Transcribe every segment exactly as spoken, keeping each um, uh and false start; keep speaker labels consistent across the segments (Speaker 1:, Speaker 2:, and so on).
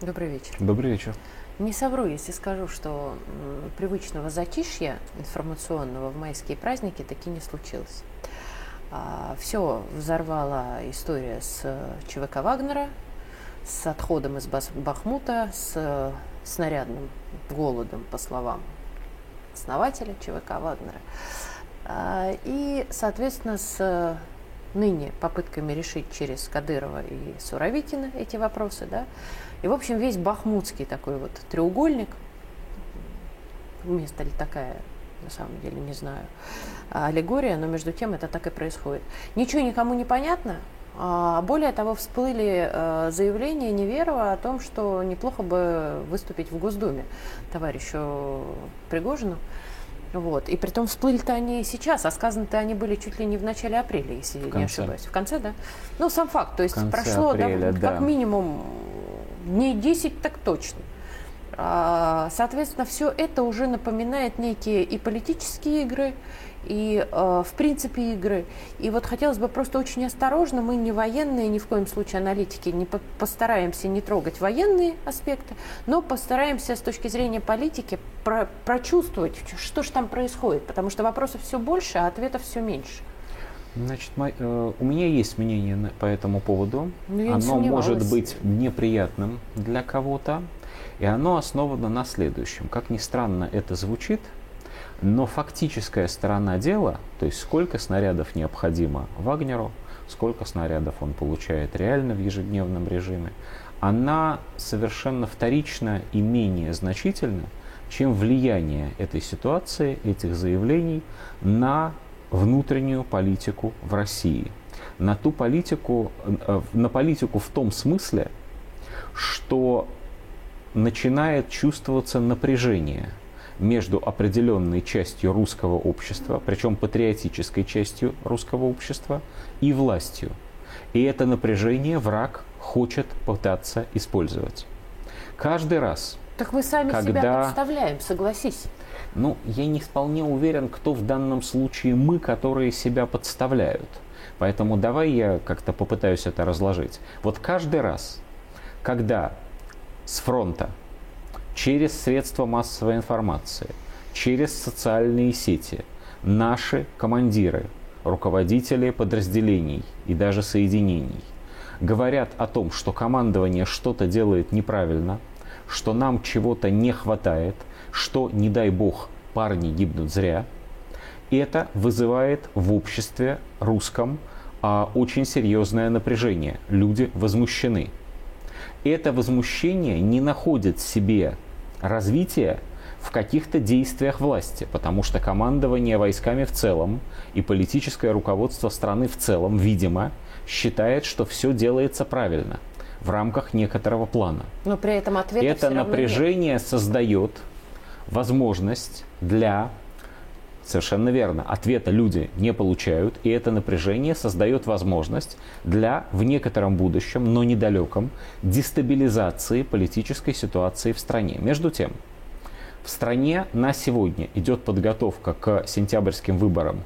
Speaker 1: Добрый вечер.
Speaker 2: Добрый вечер.
Speaker 1: Не совру, если скажу, что м, привычного затишья информационного в майские праздники таки не случилось. А, все взорвала история с ЧВК Вагнера, с отходом из Бас- Бахмута, с э, снарядным голодом, по словам основателя ЧВК Вагнера. А, и, соответственно, с ныне попытками решить через Кадырова и Суровикина эти вопросы, да. И, в общем, весь бахмутский такой вот треугольник, место ли такая, на самом деле, не знаю, аллегория, но между тем это так и происходит. Ничего никому не понятно. А более того, всплыли заявления Неверова о том, что неплохо бы выступить в Госдуме товарищу Пригожину. Вот. И притом всплыли-то они сейчас, а сказаны-то они были чуть ли не в начале апреля, если
Speaker 2: в
Speaker 1: не
Speaker 2: конце.
Speaker 1: ошибаюсь. В конце, да? Ну, сам факт. То есть прошло
Speaker 2: апреля,
Speaker 1: да,
Speaker 2: да.
Speaker 1: как минимум дней десять, так точно. А, соответственно, все это уже напоминает некие и политические игры, и, э, в принципе, игры. И вот хотелось бы просто очень осторожно, мы не военные, ни в коем случае аналитики, не по- постараемся не трогать военные аспекты, но постараемся с точки зрения политики про- прочувствовать, что же там происходит, потому что вопросов все больше, а ответов все меньше.
Speaker 2: Значит, мой, э, у меня есть мнение на, по этому поводу.
Speaker 1: Ну, я не
Speaker 2: оно
Speaker 1: сомневалась.
Speaker 2: может быть неприятным для кого-то, и оно основано на следующем. Как ни странно это звучит, но фактическая сторона дела, то есть сколько снарядов необходимо Вагнеру, сколько снарядов он получает реально в ежедневном режиме, она совершенно вторична и менее значительна, чем влияние этой ситуации, этих заявлений на внутреннюю политику в России. На ту политику, на политику в том смысле, что начинает чувствоваться напряжение между определенной частью русского общества, причем патриотической частью русского общества, и властью. И это напряжение враг хочет пытаться использовать. Каждый раз,
Speaker 1: Так мы сами
Speaker 2: когда...
Speaker 1: себя подставляем, согласись.
Speaker 2: Ну, я не вполне уверен, кто в данном случае мы, которые себя подставляют. Поэтому давай я как-то попытаюсь это разложить. Вот каждый раз, когда с фронта через средства массовой информации, через социальные сети наши командиры, руководители подразделений и даже соединений говорят о том, что командование что-то делает неправильно, что нам чего-то не хватает, что, не дай бог, парни гибнут зря, это вызывает в обществе русском а, очень серьезное напряжение. Люди возмущены. Это возмущение не находит себе развития в каких-то действиях власти, потому что командование войсками в целом и политическое руководство страны в целом, видимо, считает, что все делается правильно в рамках некоторого плана.
Speaker 1: Но при этом ответа
Speaker 2: Это
Speaker 1: все равно
Speaker 2: напряжение
Speaker 1: нет.
Speaker 2: создает возможность для... Совершенно верно. Ответа люди не получают, и это напряжение создает возможность для, в некотором будущем, но недалеком, дестабилизации политической ситуации в стране. Между тем, в стране на сегодня идет подготовка к сентябрьским выборам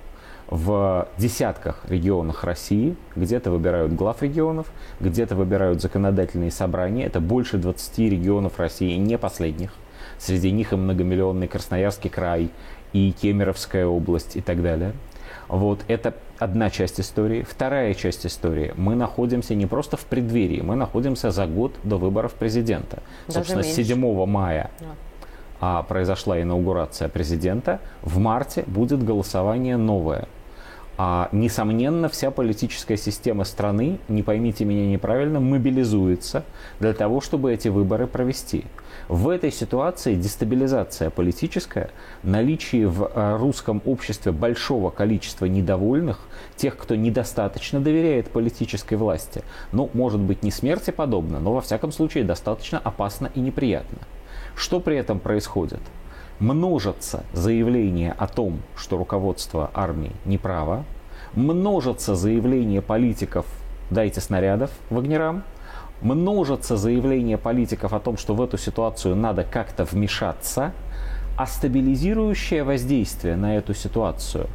Speaker 2: в десятках регионах России. Где-то выбирают глав регионов, где-то выбирают законодательные собрания. Это больше двадцати регионов России, не последних. Среди них и многомиллионный Красноярский край, и Кемеровская область и так далее. Вот это одна часть истории. Вторая часть истории. Мы находимся не просто в преддверии, мы находимся за год до выборов президента.
Speaker 1: Даже
Speaker 2: Собственно,
Speaker 1: меньше.
Speaker 2: седьмого мая
Speaker 1: Да.
Speaker 2: а, произошла инаугурация президента. В марте будет голосование новое. А, несомненно, вся политическая система страны, не поймите меня неправильно, мобилизуется для того, чтобы эти выборы провести. В этой ситуации дестабилизация политическая, наличие в а, русском обществе большого количества недовольных, тех, кто недостаточно доверяет политической власти, ну, может быть, не смерти подобно, но, во всяком случае, достаточно опасно и неприятно. Что при этом происходит? Множатся заявления о том, что руководство армии неправо, множатся заявления политиков «дайте снарядов вагнерам», множатся заявления политиков о том, что в эту ситуацию надо как-то вмешаться, а стабилизирующее воздействие на эту ситуацию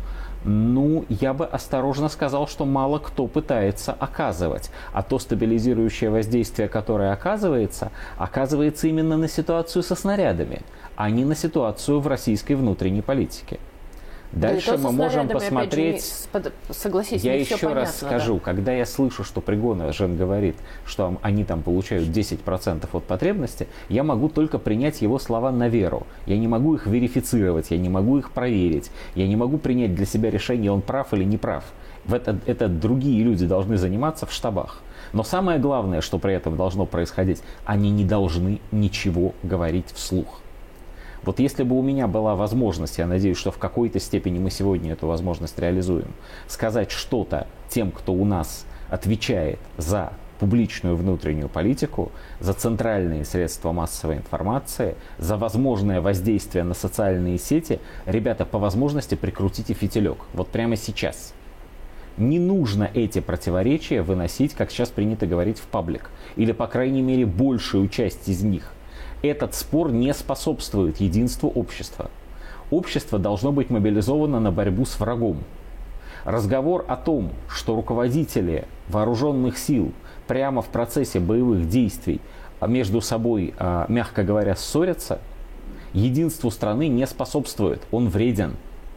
Speaker 2: Ну, я бы осторожно сказал, что мало кто пытается оказывать. А то стабилизирующее воздействие, которое оказывается, оказывается именно на ситуацию со снарядами, а не на ситуацию в российской внутренней политике. Дальше мы можем посмотреть...
Speaker 1: Не, согласись,
Speaker 2: я
Speaker 1: не
Speaker 2: еще
Speaker 1: все
Speaker 2: раз
Speaker 1: понятно,
Speaker 2: скажу,
Speaker 1: да.
Speaker 2: когда я слышу, что Пригожин говорит, что они там получают десять процентов от потребности, я могу только принять его слова на веру. Я не могу их верифицировать, я не могу их проверить, я не могу принять для себя решение, он прав или не прав. В это, это другие люди должны заниматься в штабах. Но самое главное, что при этом должно происходить, они не должны ничего говорить вслух. Вот если бы у меня была возможность, я надеюсь, что в какой-то степени мы сегодня эту возможность реализуем, сказать что-то тем, кто у нас отвечает за публичную внутреннюю политику, за центральные средства массовой информации, за возможное воздействие на социальные сети, ребята, по возможности прикрутите фитилек. Вот прямо сейчас. Не нужно эти противоречия выносить, как сейчас принято говорить, в паблик. Или, по крайней мере, большую часть из них. Этот спор не способствует единству общества. Общество должно быть мобилизовано на борьбу с врагом. Разговор о том, что руководители вооруженных сил прямо в процессе боевых действий между собой, мягко говоря, ссорятся, единству страны не способствует. Он вреден.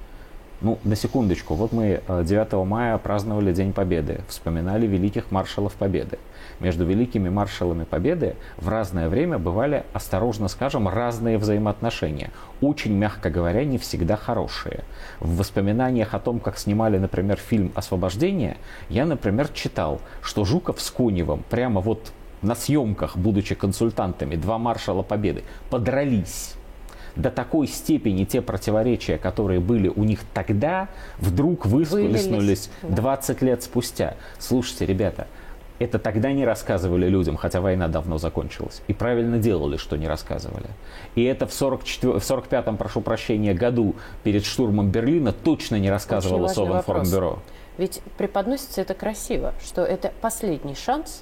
Speaker 2: Ну, на секундочку, вот мы девятого мая праздновали День Победы, вспоминали великих маршалов Победы. Между великими маршалами Победы в разное время бывали, осторожно скажем, разные взаимоотношения. Очень, мягко говоря, не всегда хорошие. В воспоминаниях о том, как снимали, например, фильм «Освобождение», я, например, читал, что Жуков с Коневым прямо вот на съемках, будучи консультантами, два маршала Победы, подрались. До такой степени те противоречия, которые были у них тогда, вдруг выплеснулись двадцать лет спустя. Слушайте, ребята, это тогда не рассказывали людям, хотя война давно закончилась. И правильно делали, что не рассказывали. И это в сорок пятом, прошу прощения, году перед штурмом Берлина точно не рассказывало Совинформбюро.
Speaker 1: Ведь преподносится это красиво, что это последний шанс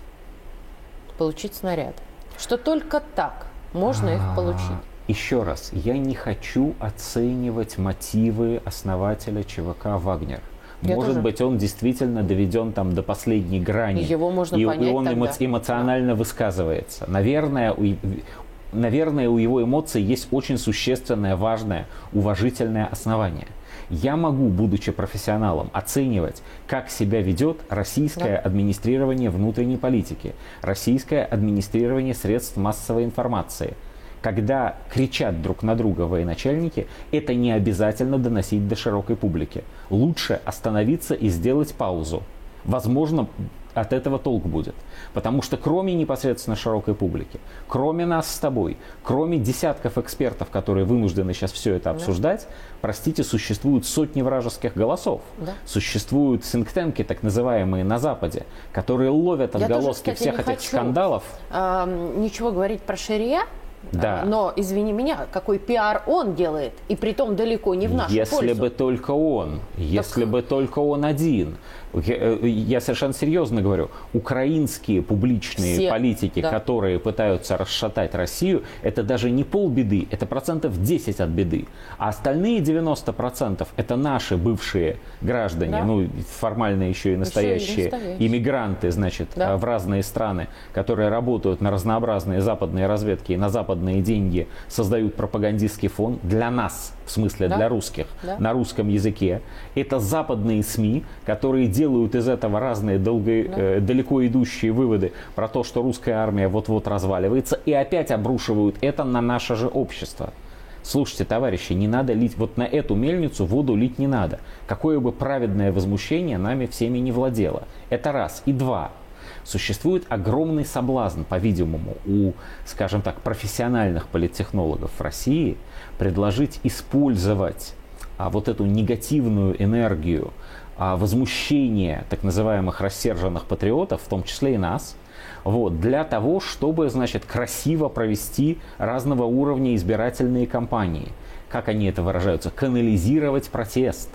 Speaker 1: получить снаряды. Что только так можно их получить.
Speaker 2: Еще раз, я не хочу оценивать мотивы основателя ЧВК «Вагнер».
Speaker 1: Я
Speaker 2: Может
Speaker 1: тоже.
Speaker 2: быть, он действительно доведен там до последней грани.
Speaker 1: И его можно
Speaker 2: и,
Speaker 1: понять
Speaker 2: и он
Speaker 1: тогда.
Speaker 2: эмо- эмоционально да. высказывается. Наверное у, наверное, у его эмоций есть очень существенное, важное, уважительное основание. Я могу, будучи профессионалом, оценивать, как себя ведет российское да. администрирование внутренней политики, российское администрирование средств массовой информации. Когда кричат друг на друга военачальники, это не обязательно доносить до широкой публики. Лучше остановиться и сделать паузу. Возможно, от этого толк будет. Потому что кроме непосредственно широкой публики, кроме нас с тобой, кроме десятков экспертов, которые вынуждены сейчас все это обсуждать, да. простите, существуют сотни вражеских голосов. Да. Существуют синктенки, так называемые, на Западе, которые ловят отголоски
Speaker 1: Я тоже, кстати,
Speaker 2: всех этих
Speaker 1: хочу,
Speaker 2: скандалов.
Speaker 1: Э, ничего говорить про шария.
Speaker 2: Да.
Speaker 1: Но, извини меня, какой пиар он делает, и притом далеко не в нашу
Speaker 2: если
Speaker 1: пользу.
Speaker 2: Если бы только он, если так... бы только он один. Я, я совершенно серьезно говорю, украинские публичные Все, политики, да. которые пытаются расшатать Россию, это даже не полбеды, это процентов десять от беды. А остальные девяносто процентов это наши бывшие граждане, да. ну формально еще и настоящие, еще и настоящие. иммигранты, значит, да. в разные страны, которые работают на разнообразные западные разведки и на западные деньги создают пропагандистский фон для нас, в смысле да. для русских, да. на русском языке. Это западные СМИ, которые делают из этого разные долго, да. э, далеко идущие выводы про то, что русская армия вот-вот разваливается, и опять обрушивают это на наше же общество. Слушайте, товарищи, не надо лить, вот на эту мельницу воду лить не надо. Какое бы праведное возмущение нами всеми не владело. Это раз. И два. Существует огромный соблазн, по-видимому, у, скажем так, профессиональных политтехнологов в России предложить использовать а, вот эту негативную энергию а, возмущения так называемых рассерженных патриотов, в том числе и нас, вот, для того, чтобы, значит, красиво провести разного уровня избирательные кампании. Как они это выражаются? Канализировать протест.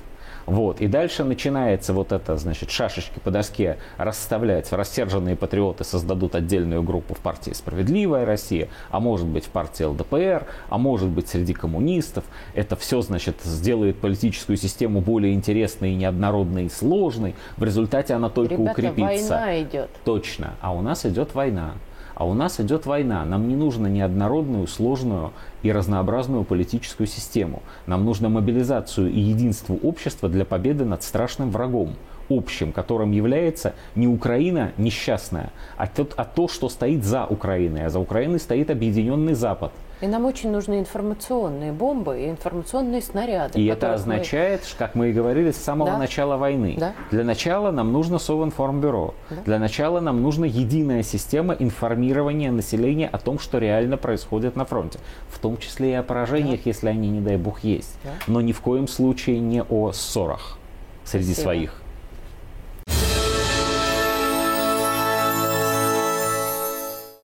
Speaker 2: Вот. И дальше начинается вот это, значит, шашечки по доске расставлять. Рассерженные патриоты создадут отдельную группу в партии «Справедливая Россия», а может быть в партии эл дэ пэ эр, а может быть среди коммунистов. Это все, значит, сделает политическую систему более интересной, неоднородной и сложной. В результате она только
Speaker 1: Ребята,
Speaker 2: укрепится.
Speaker 1: Война идет.
Speaker 2: Точно. А у нас идет война. А у нас идет война. Нам не нужно неоднородную, сложную и разнообразную политическую систему. Нам нужно мобилизацию и единство общества для победы над страшным врагом общим, которым является не Украина несчастная, а то, а то, что стоит за Украиной. А за Украиной стоит объединенный Запад.
Speaker 1: И нам очень нужны информационные бомбы и информационные снаряды.
Speaker 2: И это означает, мы... как мы и говорили, с самого
Speaker 1: да?
Speaker 2: начала войны.
Speaker 1: Да?
Speaker 2: Для начала нам нужно Совинформбюро. Да? Для начала нам нужна единая система информирования населения о том, что реально происходит на фронте. В том числе и о поражениях, да? Если они, не дай бог, есть. Да? Но ни в коем случае не о ссорах среди
Speaker 1: Спасибо.
Speaker 2: своих.